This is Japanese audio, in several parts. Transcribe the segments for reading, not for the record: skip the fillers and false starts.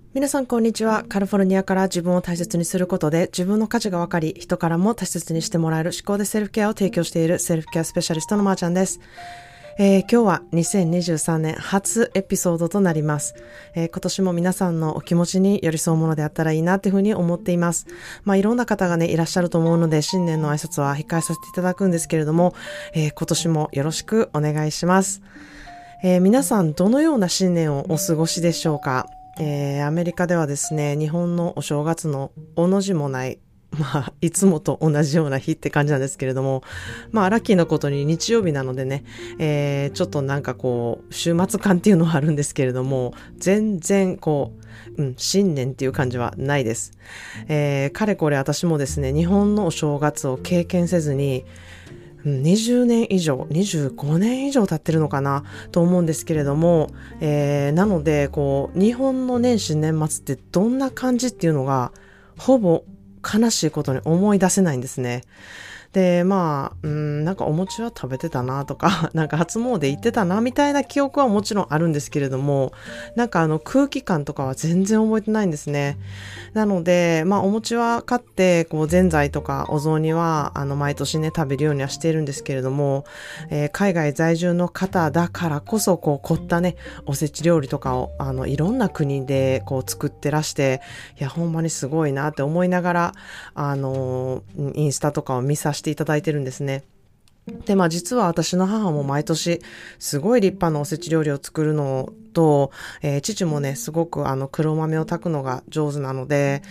皆さんこんにちは。カリフォルニアから自分を大切にすることで自分の価値が分かり、人からも大切にしてもらえる思考でセルフケアを提供しているセルフケアスペシャリストのまーちゃんです。今日は2023年初エピソードとなります。今年も皆さんのお気持ちに寄り添うものであったらいいなというふうに思っています。いろんな方がねいらっしゃると思うので新年の挨拶は控えさせていただくんですけれども、今年もよろしくお願いします。皆さんどのような新年をお過ごしでしょうか。アメリカではですね、日本のお正月のおの字もない、いつもと同じような日って感じなんですけれども、ラッキーなことに日曜日なのでね、ちょっとなんかこう、週末感っていうのはあるんですけれども、全然こう、新年っていう感じはないです。かれこれ私もですね、日本のお正月を経験せずに、20年以上、25年以上経ってるのかなと思うんですけれども、なので、こう、日本の年始年末ってどんな感じっていうのが、ほぼ悲しいことに思い出せないんですね。で、なんかお餅は食べてたなとか、なんか初詣行ってたなみたいな記憶はもちろんあるんですけれども、なんか空気感とかは全然覚えてないんですね。なので、お餅は買って、こう、ぜんざいとかお雑煮は、毎年ね、食べるようにはしているんですけれども、海外在住の方だからこそ、こう、凝ったね、おせち料理とかを、いろんな国で、こう、作ってらして、いや、ほんまにすごいなって思いながら、インスタとかを見させていただいてるんですね。で、実は私の母も毎年すごい立派なおせち料理を作るのと、父もね、すごく黒豆を炊くのが上手なので、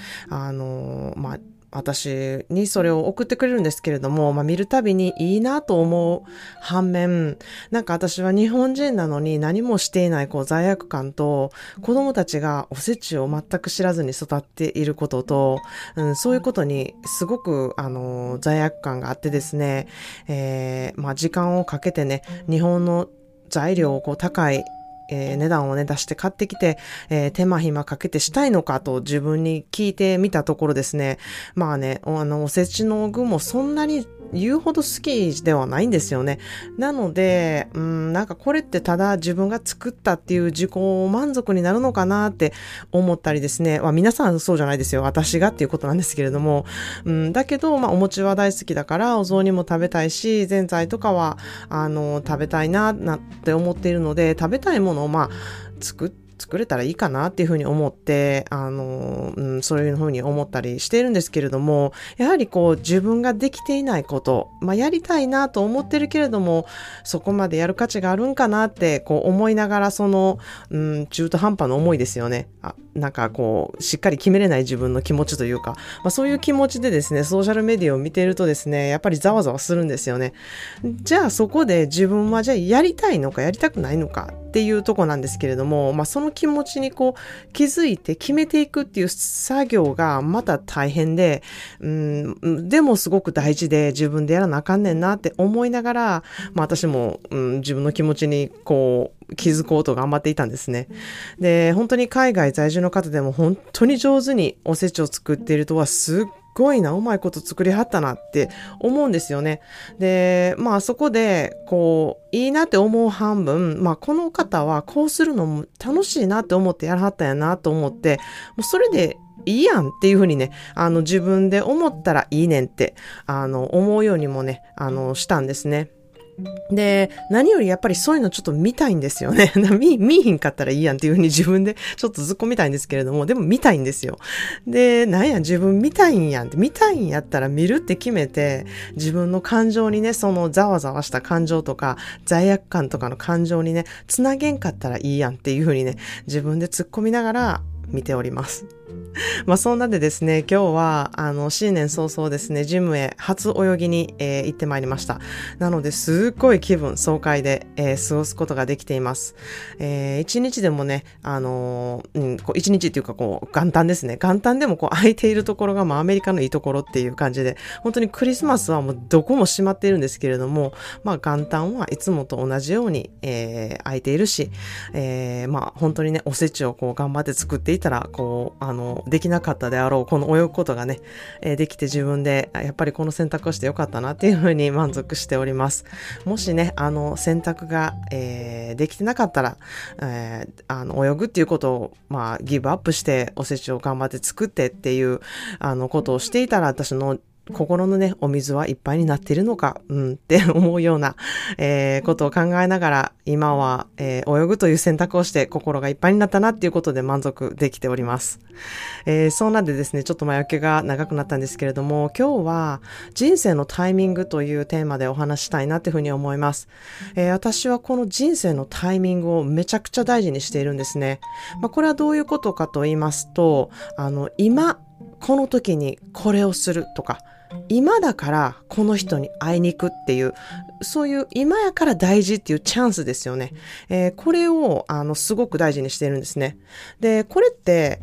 私にそれを送ってくれるんですけれども、見るたびにいいなと思う反面、なんか私は日本人なのに何もしていないこう罪悪感と、子供たちがおせちを全く知らずに育っていることと、そういうことにすごく罪悪感があってですね、時間をかけてね、日本の材料をこう高い値段をね出して買ってきて、手間暇かけてしたいのかと自分に聞いてみたところですね、おせちの具もそんなに言うほど好きではないんですよね。なので、なんかこれってただ自分が作ったっていう自己満足になるのかなって思ったりですね。皆さんそうじゃないですよ。私がっていうことなんですけれども。だけど、お餅は大好きだから、お雑煮も食べたいし、ぜんざいとかは、食べたいなって思っているので、食べたいものを作れたらいいかなっていうふうに思って、そういうふうに思ったりしているんですけれども、やはりこう自分ができていないこと、やりたいなと思ってるけれども、そこまでやる価値があるんかなってこう思いながら、中途半端な思いですよね。なんかこう、しっかり決めれない自分の気持ちというか、そういう気持ちでですね、ソーシャルメディアを見ているとですね、やっぱりざわざわするんですよね。じゃあそこで自分はじゃあやりたいのかやりたくないのかっていうとこなんですけれども、その気持ちにこう気づいて決めていくっていう作業がまた大変で、でもすごく大事で自分でやらなあかんねんなって思いながら、私も、自分の気持ちにこう気づこうと頑張っていたんですね。で、本当に海外在住の方でも本当に上手におせちを作っているとはすごいな、うまいこと作りはったなって思うんですよね。で、そこで、こう、いいなって思う半分、この方はこうするのも楽しいなって思ってやらはったんやなと思って、もうそれでいいやんっていうふうにね、自分で思ったらいいねんって、思うようにもね、したんですね。で、何よりやっぱりそういうのちょっと見たいんですよね。見ひんかったらいいやんっていうふうに自分でちょっとずっこみたいんですけれども、でも見たいんですよ。で、自分見たいんやんって、見たいんやったら見るって決めて、自分の感情にね、そのざわざわした感情とか、罪悪感とかの感情にね、つなげんかったらいいやんっていうふうにね、自分で突っ込みながら見ております。そんなでですね、今日は、新年早々ですね、ジムへ初泳ぎに、行ってまいりました。なので、すっごい気分爽快で、過ごすことができています。一日でもね、一日っていうか、こう、元旦ですね。元旦でもこう、空いているところが、アメリカのいいところっていう感じで、本当にクリスマスはもうどこも閉まっているんですけれども、元旦はいつもと同じように、空いているし、本当にね、おせちをこう、頑張って作っていたら、こう、 できなかったであろう、この泳ぐことがね、できて自分で、やっぱりこの選択をしてよかったなっていうふうに満足しております。もしね、選択が、できてなかったら、泳ぐっていうことを、ギブアップして、おせちを頑張って作ってっていう、ことをしていたら、私の心のね、お水はいっぱいになっているのか、って思うような、ことを考えながら、今は、泳ぐという選択をして心がいっぱいになったなっていうことで満足できております。そうなんでですね、ちょっと前置きが長くなったんですけれども、今日は人生のタイミングというテーマでお話したいなっていうふうに思います。私はこの人生のタイミングをめちゃくちゃ大事にしているんですね。これはどういうことかと言いますと、今、この時にこれをするとか、今だからこの人に会いに行くっていう、そういう今やから大事っていうチャンスですよね。これをすごく大事にしているんですね。で、これって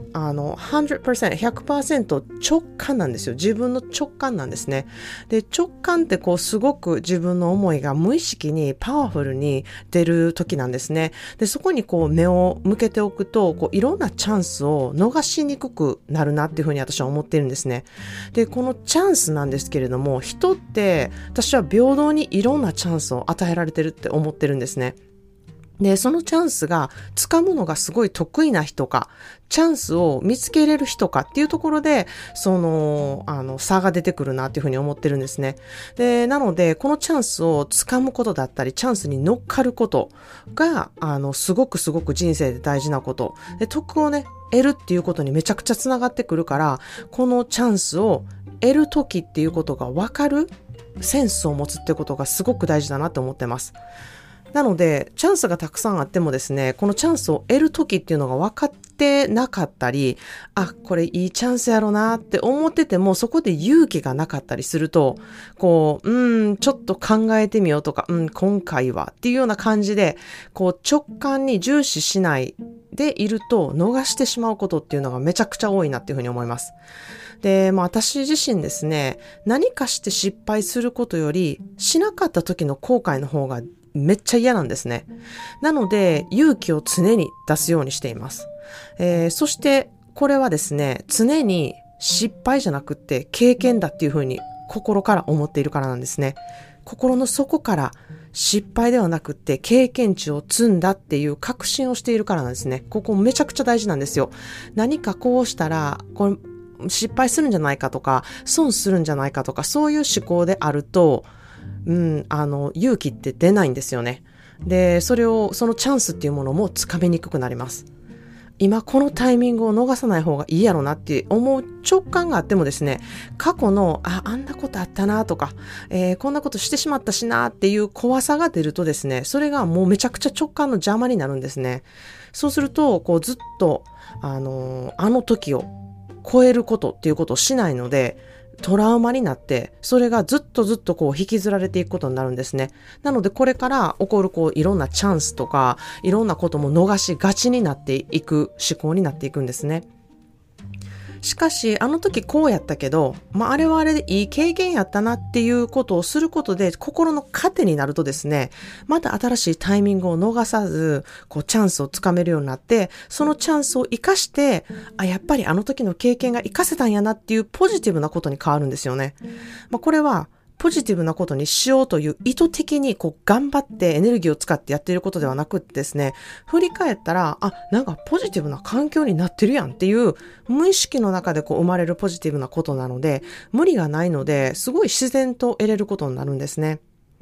100%、直感なんですよ。自分の直感なんですね。で、直感ってすごく自分の思いが無意識にパワフルに出る時なんですね。で、そこに目を向けておくといろんなチャンスを逃しにくくなるなっていうふうに私は思っているんですね。で、このチャンスなんですけれども、人って私は平等にいろんなチャンスを与えられてるって思ってるんですね。で、そのチャンスが掴むのがすごい得意な人か、チャンスを見つけれる人かっていうところで、差が出てくるなっていうふうに思ってるんですね。で、なので、このチャンスを掴むことだったり、チャンスに乗っかることが、すごく人生で大事なこと。で、得をね、得るっていうことにめちゃくちゃつながってくるから、このチャンスを得るときっていうことが分かるセンスを持つってことがすごく大事だなって思ってます。なので、チャンスがたくさんあってもですね、このチャンスを得るときっていうのが分かってなかったり、これいいチャンスやろなって思ってても、そこで勇気がなかったりすると、ちょっと考えてみようとか、今回はっていうような感じで、直感に重視しないでいると、逃してしまうことっていうのがめちゃくちゃ多いなっていうふうに思います。で、私自身ですね、何かして失敗することより、しなかった時の後悔の方がめっちゃ嫌なんですね。なので、勇気を常に出すようにしています。そして、これはですね、常に失敗じゃなくって経験だっていうふうに心から思っているからなんですね。心の底から失敗ではなくって経験値を積んだっていう確信をしているからなんですね。ここめちゃくちゃ大事なんですよ。何かこうしたら、失敗するんじゃないかとか、損するんじゃないかとか、そういう思考であると、勇気って出ないんですよね。で、そのチャンスっていうものもつかみにくくなります。今このタイミングを逃さない方がいいやろなって思う直感があってもですね、過去の、あんなことあったなとか、こんなことしてしまったしなっていう怖さが出るとですね、それがもうめちゃくちゃ直感の邪魔になるんですね。そうすると、ずっと、あの時を超えることっていうことをしないので、トラウマになって、それがずっと引きずられていくことになるんですね。なのでこれから起こるいろんなチャンスとか、いろんなことも逃しがちになっていく思考になっていくんですね。しかし、あの時こうやったけど、あれはあれでいい経験やったなっていうことをすることで、心の糧になるとですね、また新しいタイミングを逃さず、チャンスをつかめるようになって、そのチャンスを活かして、やっぱりあの時の経験が活かせたんやなっていうポジティブなことに変わるんですよね。これは、ポジティブなことにしようという意図的に頑張ってエネルギーを使ってやっていることではなくてですね、振り返ったら、なんかポジティブな環境になってるやんっていう無意識の中で生まれるポジティブなことなので、無理がないので、すごい自然と得れることになるんですね。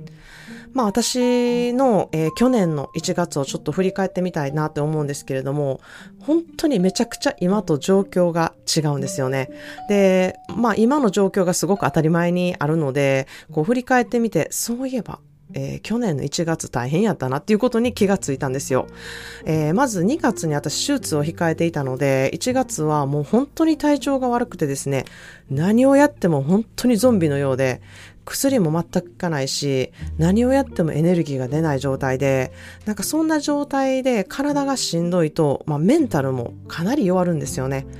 私の、去年の1月をちょっと振り返ってみたいなって思うんですけれども、本当にめちゃくちゃ今と状況が違うんですよね。で、今の状況がすごく当たり前にあるので、振り返ってみて、そういえば、去年の1月大変やったなっていうことに気がついたんですよ。まず2月に私手術を控えていたので、1月はもう本当に体調が悪くてですね、何をやっても本当にゾンビのようで、薬も全く効かないし、何をやってもエネルギーが出ない状態で、なんかそんな状態で体がしんどいと、メンタルもかなり弱るんですよね。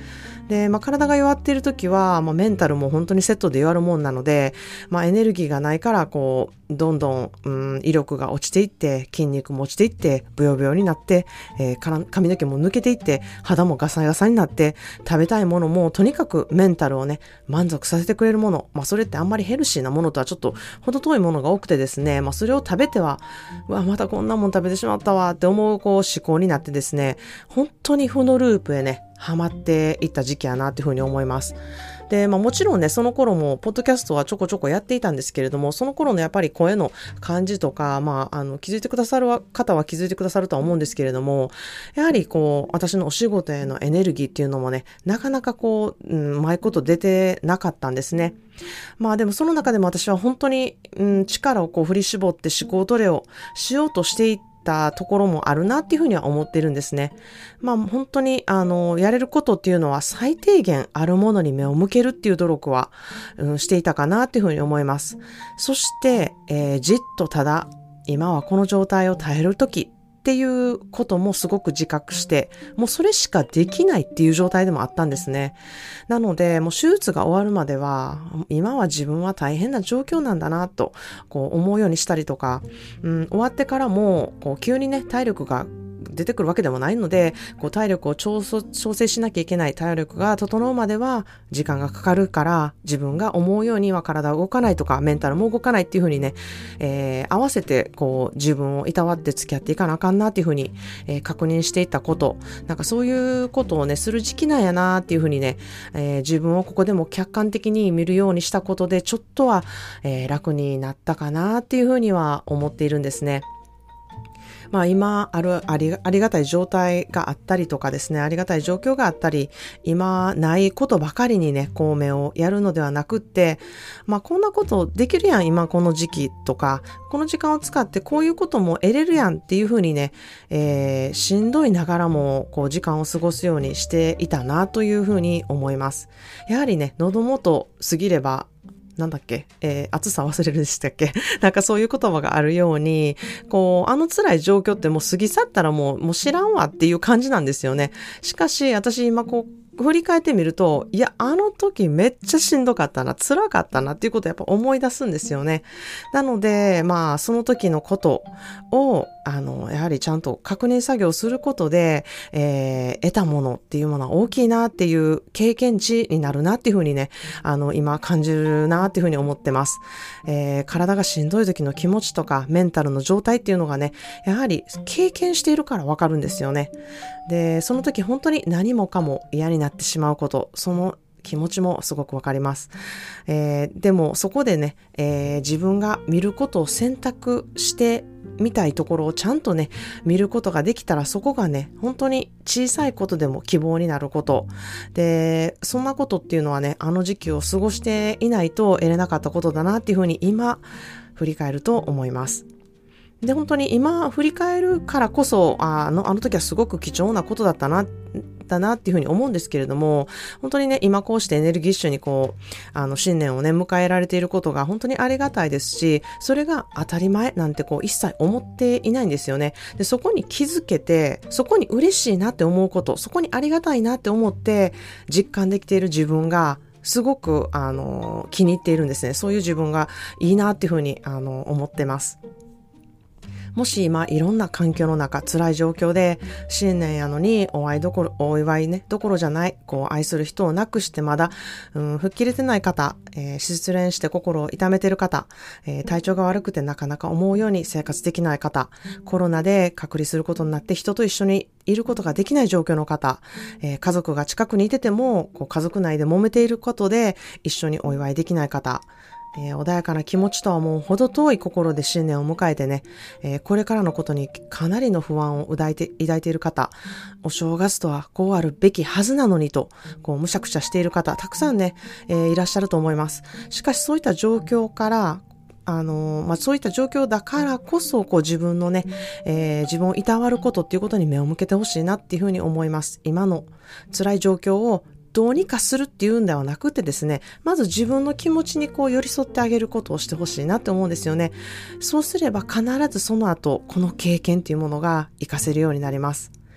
で、体が弱っている時は、メンタルも本当にセットで弱るもんなので、エネルギーがないからどんどん、威力が落ちていって、筋肉も落ちていって、ブヨブヨになって、髪の毛も抜けていって、肌もガサガサになって、食べたいものもとにかくメンタルをね、満足させてくれるもの、それってあんまりヘルシーなものとはちょっと程遠いものが多くてですね、それを食べては、またこんなもん食べてしまったわって思う思考になってですね、本当に負のループへね、ハマっていった時期やなっていうふうに思います。で、もちろんね、その頃もポッドキャストはちょこちょこやっていたんですけれども、その頃のやっぱり声の感じとか、気づいてくださる方は気づいてくださるとは思うんですけれども、やはり私のお仕事へのエネルギーっていうのもね、なかなかうまいこと出てなかったんですね。でもその中でも私は本当に、力を振り絞って思考トレをしようとしていったところもあるなっていうふうには思ってるんですね。本当にやれることっていうのは最低限あるものに目を向けるっていう努力は、していたかなっていうふうに思います。そして、じっとただ今はこの状態を耐えるときっていうこともすごく自覚して、もうそれしかできないっていう状態でもあったんですね。なので、もう手術が終わるまでは、今は自分は大変な状況なんだなと、思うようにしたりとか、終わってからも、急にね、体力が出てくるわけでもないので、体力を調整しなきゃいけない、体力が整うまでは時間がかかるから、自分が思うようには体が動かないとか、メンタルも動かないっていうふうにね、合わせて自分をいたわって付き合っていかなあかんなっていうふうに、確認していったこと、そういうことをね、する時期なんやなっていうふうにね、自分をここでも客観的に見るようにしたことで、ちょっとは、楽になったかなっていうふうには思っているんですね。今ありがたい状態があったりとかですね、ありがたい状況があったり、今ないことばかりにね、目をやるのではなくって、こんなことできるやん、今この時期とか、この時間を使ってこういうことも得れるやんっていうふうにね、しんどいながらも時間を過ごすようにしていたなというふうに思います。やはりね、喉元過ぎれば暑さ忘れるでしたっけそういう言葉があるように、辛い状況ってもう過ぎ去ったらもう知らんわっていう感じなんですよね。しかし、私今振り返ってみると、いや、あの時めっちゃしんどかったな、辛かったなっていうことをやっぱ思い出すんですよね。なので、その時のことを、やはりちゃんと確認作業することで、得たものっていうものは大きいなっていう経験値になるなっていうふうにね、今感じるなっていうふうに思ってます。体がしんどい時の気持ちとかメンタルの状態っていうのがね、やはり経験しているからわかるんですよね。で、その時本当に何もかも嫌になってしまうこと、その気持ちもすごくわかります。でもそこでね、自分が見ることを選択してみたいところをちゃんとね、見ることができたら、そこがね、本当に小さいことでも希望になること。で、そんなことっていうのはね、あの時期を過ごしていないと得れなかったことだなっていうふうに今、振り返ると思います。で、本当に今振り返るからこそ、あの時はすごく貴重なことだなっていうふうに思うんですけれども、本当にね、今こうしてエネルギッシュに新年をね、迎えられていることが本当にありがたいですし、それが当たり前なんて一切思っていないんですよね。で、そこに気づけて、そこに嬉しいなって思うこと、そこにありがたいなって思って実感できている自分が、すごく、気に入っているんですね。そういう自分がいいなっていうふうに、思ってます。もし今いろんな環境の中、辛い状況で新年やのにお祝いね、どころじゃない、愛する人を亡くしてまだ、吹っ切れてない方、失恋して心を痛めてる方、体調が悪くてなかなか思うように生活できない方、コロナで隔離することになって人と一緒にいることができない状況の方、家族が近くにいてても、家族内で揉めていることで一緒にお祝いできない方、穏やかな気持ちとはもう程遠い心で新年を迎えてね、これからのことにかなりの不安を抱いている方、お正月とはこうあるべきはずなのにと、むしゃくしゃしている方、たくさんね、いらっしゃると思います。しかしそういった状況から、そういった状況だからこそ、自分のね、自分をいたわることっていうことに目を向けてほしいなっていうふうに思います。今の辛い状況をどうにかするっていうんではなくてですね、まず自分の気持ちに寄り添ってあげることをしてほしいなって思うんですよね。そうすれば必ずその後、この経験っていうものが活かせるようになります。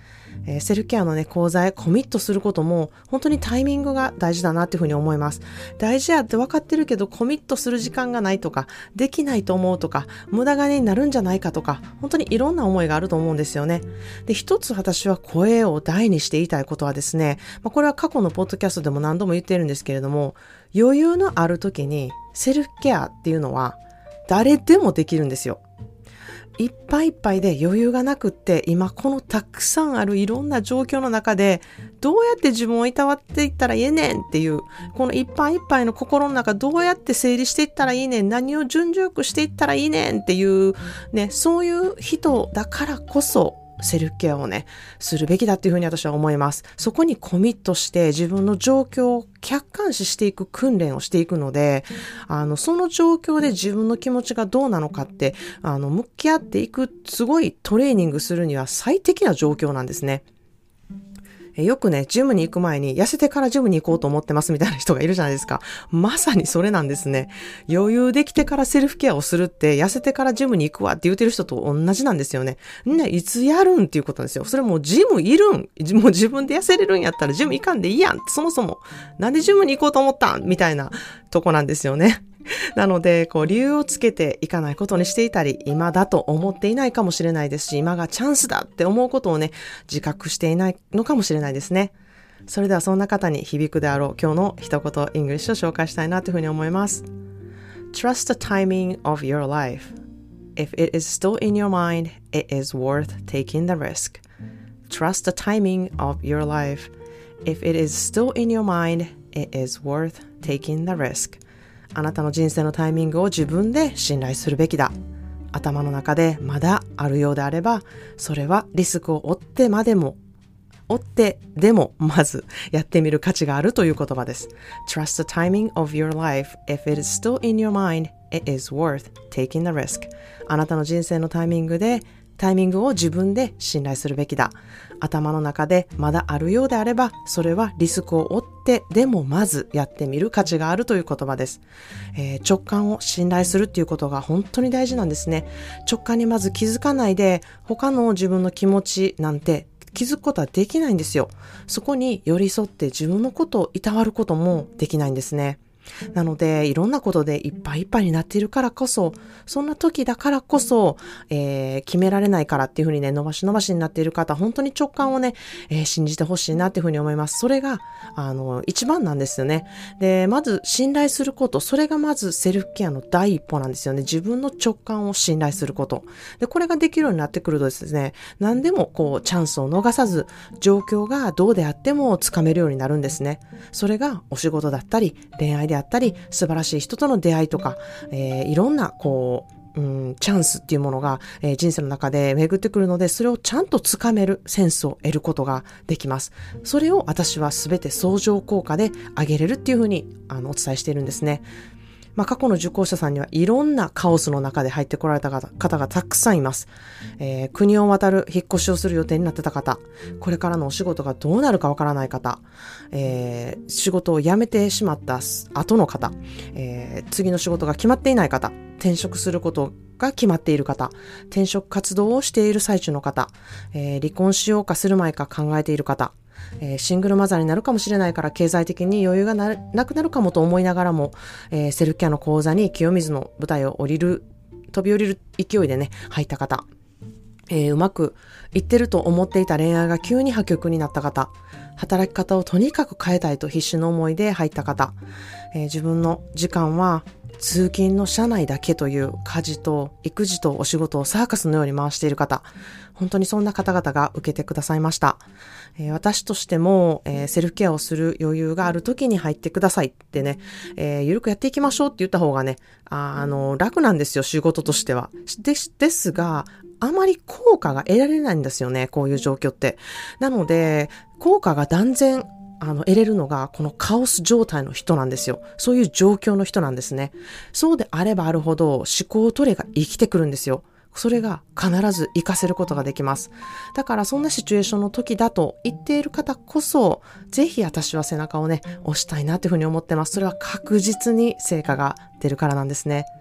セルフケアのね、講座へコミットすることも本当にタイミングが大事だなっていうふうに思います。大事やって分かってるけどコミットする時間がないとか、できないと思うとか、無駄金になるんじゃないかとか、本当にいろんな思いがあると思うんですよね。で、一つ私は声を大にして言いたいことはですね、これは過去のポッドキャストでも何度も言っているんですけれども、余裕のある時にセルフケアっていうのは誰でもできるんですよ。いっぱいいっぱいで余裕がなくって、今このたくさんあるいろんな状況の中でどうやって自分をいたわっていったらいいねんっていう、このいっぱいいっぱいの心の中どうやって整理していったらいいねん、何を順序よくしていったらいいねんっていうね、そういう人だからこそセルフケアをね、するべきだっていうふうに私は思います。そこにコミットして自分の状況を客観視していく訓練をしていくので、その状況で自分の気持ちがどうなのかって、向き合っていく、すごいトレーニングするには最適な状況なんですね。よくね、ジムに行く前に痩せてからジムに行こうと思ってますみたいな人がいるじゃないですか。まさにそれなんですね。余裕できてからセルフケアをするって、痩せてからジムに行くわって言ってる人と同じなんですよね。いつやるんっていうことなんですよ。それもうジムいるん。もう自分で痩せれるんやったらジム行かんでいいやん。そもそも。なんでジムに行こうと思ったんみたいなとこなんですよね。なので、理由をつけていかないことにしていたり、今だと思っていないかもしれないですし、今がチャンスだって思うことをね、自覚していないのかもしれないですね。それではそんな方に響くであろう今日の一言イングリッシュを紹介したいなというふうに思います。Trust the timing of your life. If it is still in your mind, it is worth taking the risk. Trust the timing of your life. If it is still in your mind, it is worth taking the risk.あなたの人生のタイミングを自分で信頼するべきだ。頭の中でまだあるようであれば、それはリスクを負ってでもまずやってみる価値があるという言葉です。Trust the timing of your life. If it is still in your mind, it is worth taking the risk. あなたの人生のタイミングを自分で信頼するべきだ。頭の中でまだあるようであれば、それはリスクを負ってでもまずやってみる価値があるという言葉です。直感を信頼するっていうことが本当に大事なんですね。直感にまず気づかないで、他の自分の気持ちなんて気づくことはできないんですよ。そこに寄り添って自分のことをいたわることもできないんですね。なので、いろんなことでいっぱいいっぱいになっているからこそ、そんな時だからこそ、決められないからっていうふうにね、伸ばしになっている方、本当に直感をね、信じてほしいなっていうふうに思います。それが、一番なんですよね。で、まず信頼すること、それがまずセルフケアの第一歩なんですよね。自分の直感を信頼すること。で、これができるようになってくるとですね、何でもチャンスを逃さず、状況がどうであってもつかめるようになるんですね。それがお仕事だったり、恋愛であったり、素晴らしい人との出会いとか、いろんなチャンスっていうものが、人生の中で巡ってくるので、それをちゃんとつかめるセンスを得ることができます。それを私はすべて相乗効果で上げれるっていうふうにお伝えしているんですね。過去の受講者さんにはいろんなカオスの中で入ってこられた方がたくさんいます。国を渡る引っ越しをする予定になってた方、これからのお仕事がどうなるかわからない方、仕事を辞めてしまった後の方、次の仕事が決まっていない方、転職することが決まっている方、転職活動をしている最中の方、離婚しようかする前か考えている方、シングルマザーになるかもしれないから経済的に余裕がなくなるかもと思いながらも、セルフケアの講座に清水の舞台を飛び降りる勢いでね、入った方、うまくいってると思っていた恋愛が急に破局になった方、働き方をとにかく変えたいと必死の思いで入った方、自分の時間は通勤の車内だけという家事と育児とお仕事をサーカスのように回している方、本当にそんな方々が受けてくださいました。私としても、セルフケアをする余裕がある時に入ってくださいってね、ゆるくやっていきましょうって言った方がね、楽なんですよ、仕事としては。ですが、あまり効果が得られないんですよね、こういう状況って。なので、効果が断然得れるのがこのカオス状態の人なんですよ。そういう状況の人なんですね。そうであればあるほど思考トレが生きてくるんですよ。それが必ず活かせることができます。だからそんなシチュエーションの時だと言っている方こそ、ぜひ私は背中をね、押したいなというふうに思ってます。それは確実に成果が出るからなんですね。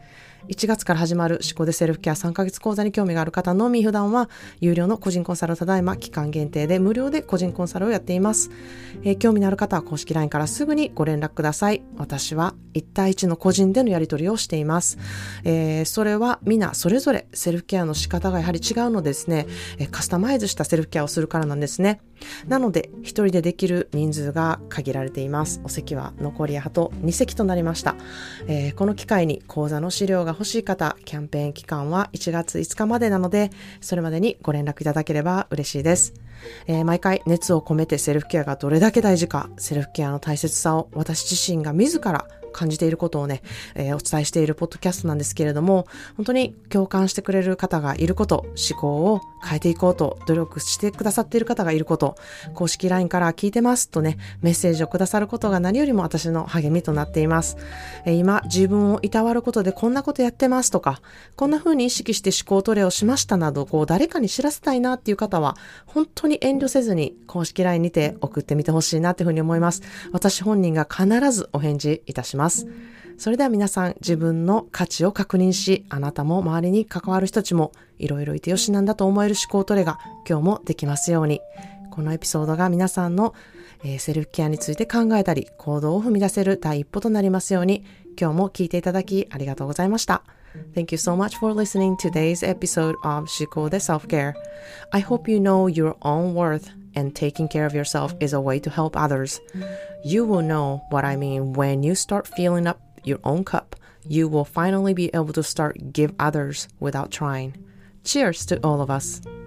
1月から始まる思考でセルフケア3ヶ月講座に興味がある方のみ、普段は有料の個人コンサルをただいま期間限定で無料で個人コンサルをやっています。興味のある方は公式 LINE からすぐにご連絡ください。私は1対1の個人でのやり取りをしています。それは皆それぞれセルフケアの仕方がやはり違うのですね、カスタマイズしたセルフケアをするからなんですね。なので一人でできる人数が限られています。お席は残りあと2席となりました。この機会に講座の資料が欲しい方、キャンペーン期間は1月5日までなので、それまでにご連絡いただければ嬉しいです。毎回熱を込めてセルフケアがどれだけ大事か、セルフケアの大切さを私自身が自ら感じていることをね、お伝えしているポッドキャストなんですけれども、本当に共感してくれる方がいること、思考を変えていこうと努力してくださっている方がいること、公式 LINE から聞いてますとね、メッセージをくださることが何よりも私の励みとなっています。今自分をいたわることでこんなことやってますとか、こんな風に意識して思考トレをしましたなど、誰かに知らせたいなっていう方は本当に遠慮せずに公式 LINE にて送ってみてほしいなというふうに思います。私本人が必ずお返事いたします。それでは皆さん、自分の価値を確認し、あなたも周りに関わる人たちもいろいろいてよしなんだと思える思考トレが今日もできますように。このエピソードが皆さんの、セルフケアについて考えたり行動を踏み出せる第一歩となりますように。今日も聞いていただきありがとうございました。Thank you so much for listening to today's episode of 思考で Self-Care. I hope you know your own worth and taking care of yourself is a way to help others. You will know what I mean when you start filling up your own cup. You will finally be able to start give others without trying. Cheers to all of us.